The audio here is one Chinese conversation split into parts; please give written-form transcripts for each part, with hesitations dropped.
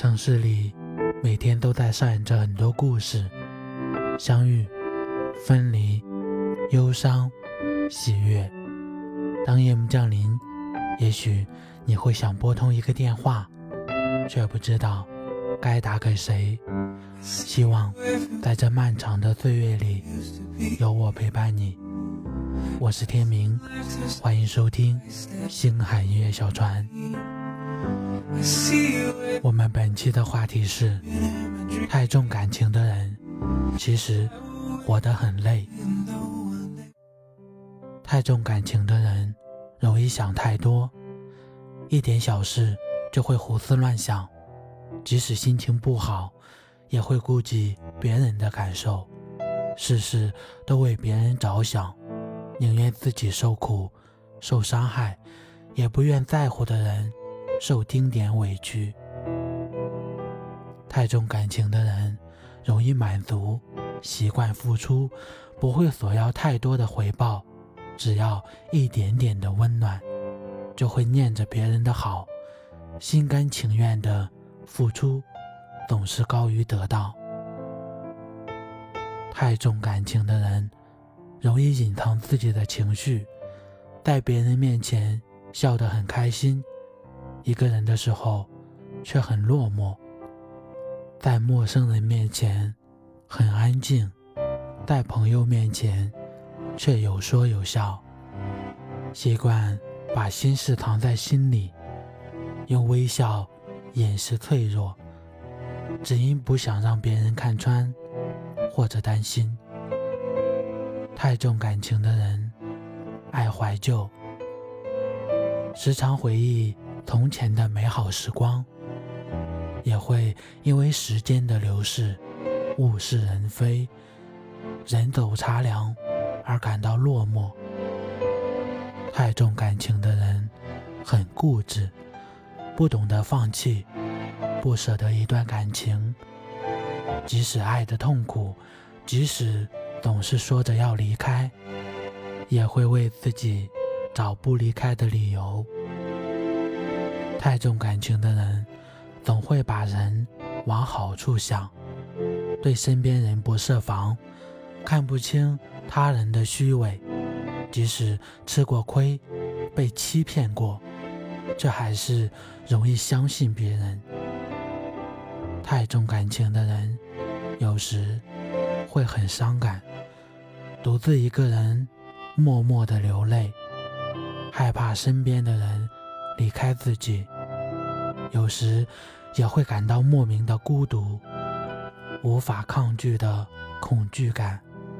城市里每天都在上演着很多故事，相遇、分离、忧伤、喜悦。当夜幕降临，也许你会想拨通一个电话，却不知道该打给谁。希望在这漫长的岁月里，有我陪伴你。我是天明，欢迎收听星海音乐小船。我们本期的话题是：太重感情的人，其实活得很累。太重感情的人，容易想太多，一点小事就会胡思乱想，即使心情不好，也会顾及别人的感受，事事都为别人着想，宁愿自己受苦、受伤害，也不愿在乎的人受丁点委屈。太重感情的人容易满足，习惯付出，不会索要太多的回报，只要一点点的温暖，就会念着别人的好，心甘情愿的付出总是高于得到。太重感情的人容易隐藏自己的情绪，在别人面前笑得很开心，一个人的时候却很落寞，在陌生人面前很安静，在朋友面前却有说有笑，习惯把心事藏在心里，用微笑掩饰脆弱，只因不想让别人看穿或者担心。太重感情的人爱怀旧，时常回忆从前的美好时光，也会因为时间的流逝，物是人非，人走茶凉而感到落寞。太重感情的人很固执，不懂得放弃，不舍得一段感情，即使爱得痛苦，即使总是说着要离开，也会为自己找不离开的理由。太重感情的人总会把人往好处想，对身边人不设防，看不清他人的虚伪，即使吃过亏，被欺骗过，却还是容易相信别人。太重感情的人有时会很伤感，独自一个人默默地流泪，害怕身边的人离开自己，有时也会感到莫名的孤独，无法抗拒的恐惧感。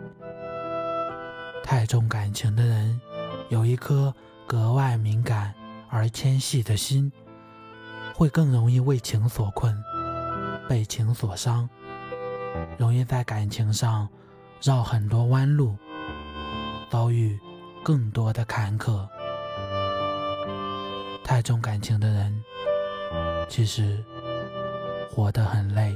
太重感情的人有一颗格外敏感而纤细的心，会更容易为情所困，被情所伤，容易在感情上绕很多弯路，遭遇更多的坎坷。太重感情的人其实活得很累。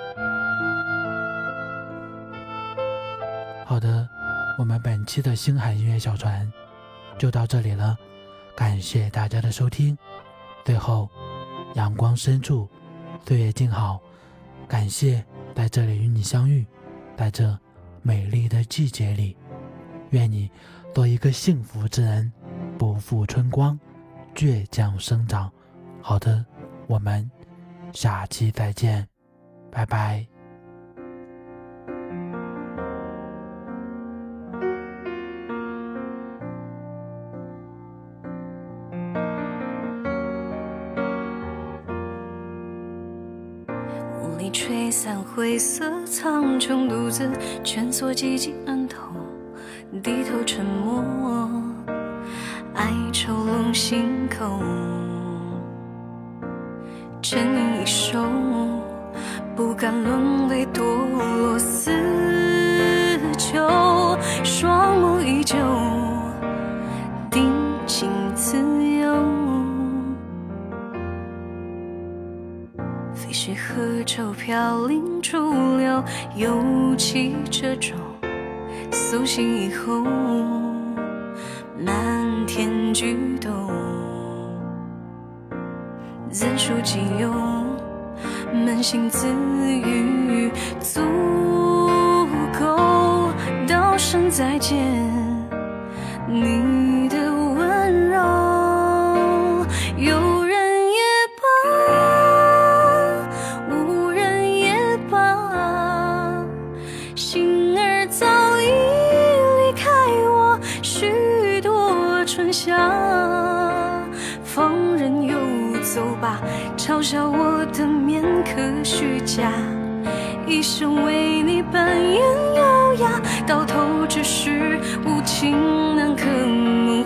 好的，我们本期的星海音乐小船就到这里了，感谢大家的收听。最后，阳光深处，岁月静好，感谢在这里与你相遇，在这美丽的季节里，愿你做一个幸福之人，不负春光，倔强生长。好的，我们下期再见，拜拜。 雾里吹散灰色苍穹，独自蜷缩寂静安头，低头沉默，哀愁笼心口，沉吟一首，不敢沦为堕落死囚，双目依旧定情自由，飞絮河舟飘零逐流，又起这种苏醒以后，漫天菊斗，自述己忧， 扪心自语，足够道声再见。你的温柔，有人也罢，无人也罢，心儿早已离开我许多春夏。放任游走吧，嘲笑我的面可虚假，一生为你扮演优雅，到头只是无情难可梦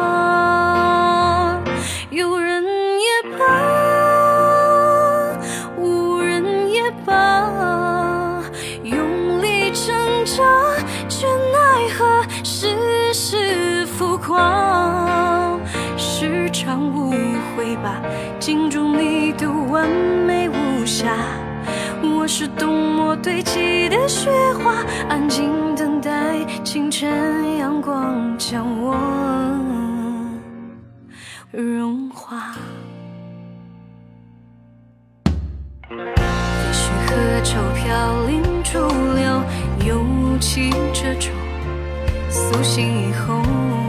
话。有人也罢，无人也罢，用力挣扎，却奈何世事浮夸。时常误会吧，镜中你的完美无瑕，我是冬末堆积的雪花，安静等待清晨阳光将我融化。也许河潮飘零逐流，尤其这种苏醒以后，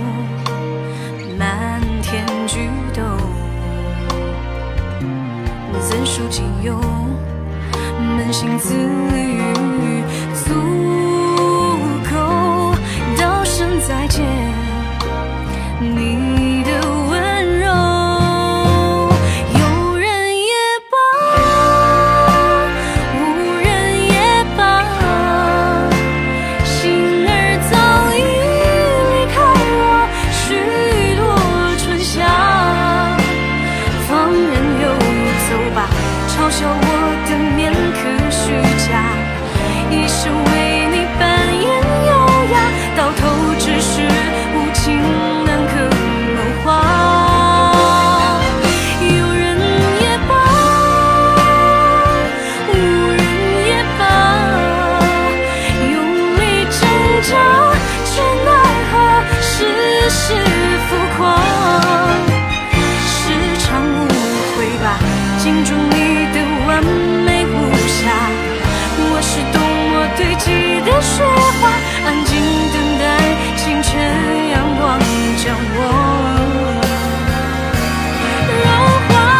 漫天菊豆，怎数几有，扪心自语，足够道声再见。你的温柔，有人也罢，无人也罢，心儿早已离开我许多春夏。放任游走吧，嘲笑我的面可虚假，一生为你扮演优雅，到头只是无情难可梦话。有人也罢，无人也罢，用力挣扎，却奈何世事浮夸。时常误会吧，镜中你的完美无瑕，我是冬末堆积的雪花，安静等待清晨阳光将我融化。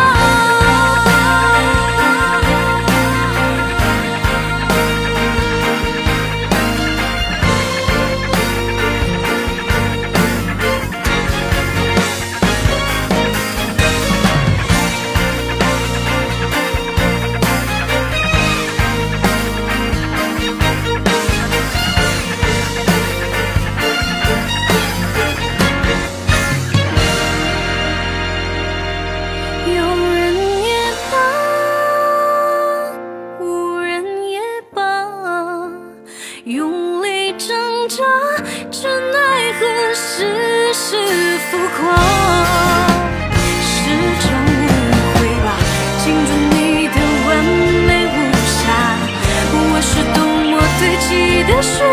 有人也罢，无人也罢，用力挣扎，却奈何世事浮夸。时常误会吧，镜中你的完美无瑕，我是冬末堆积的雪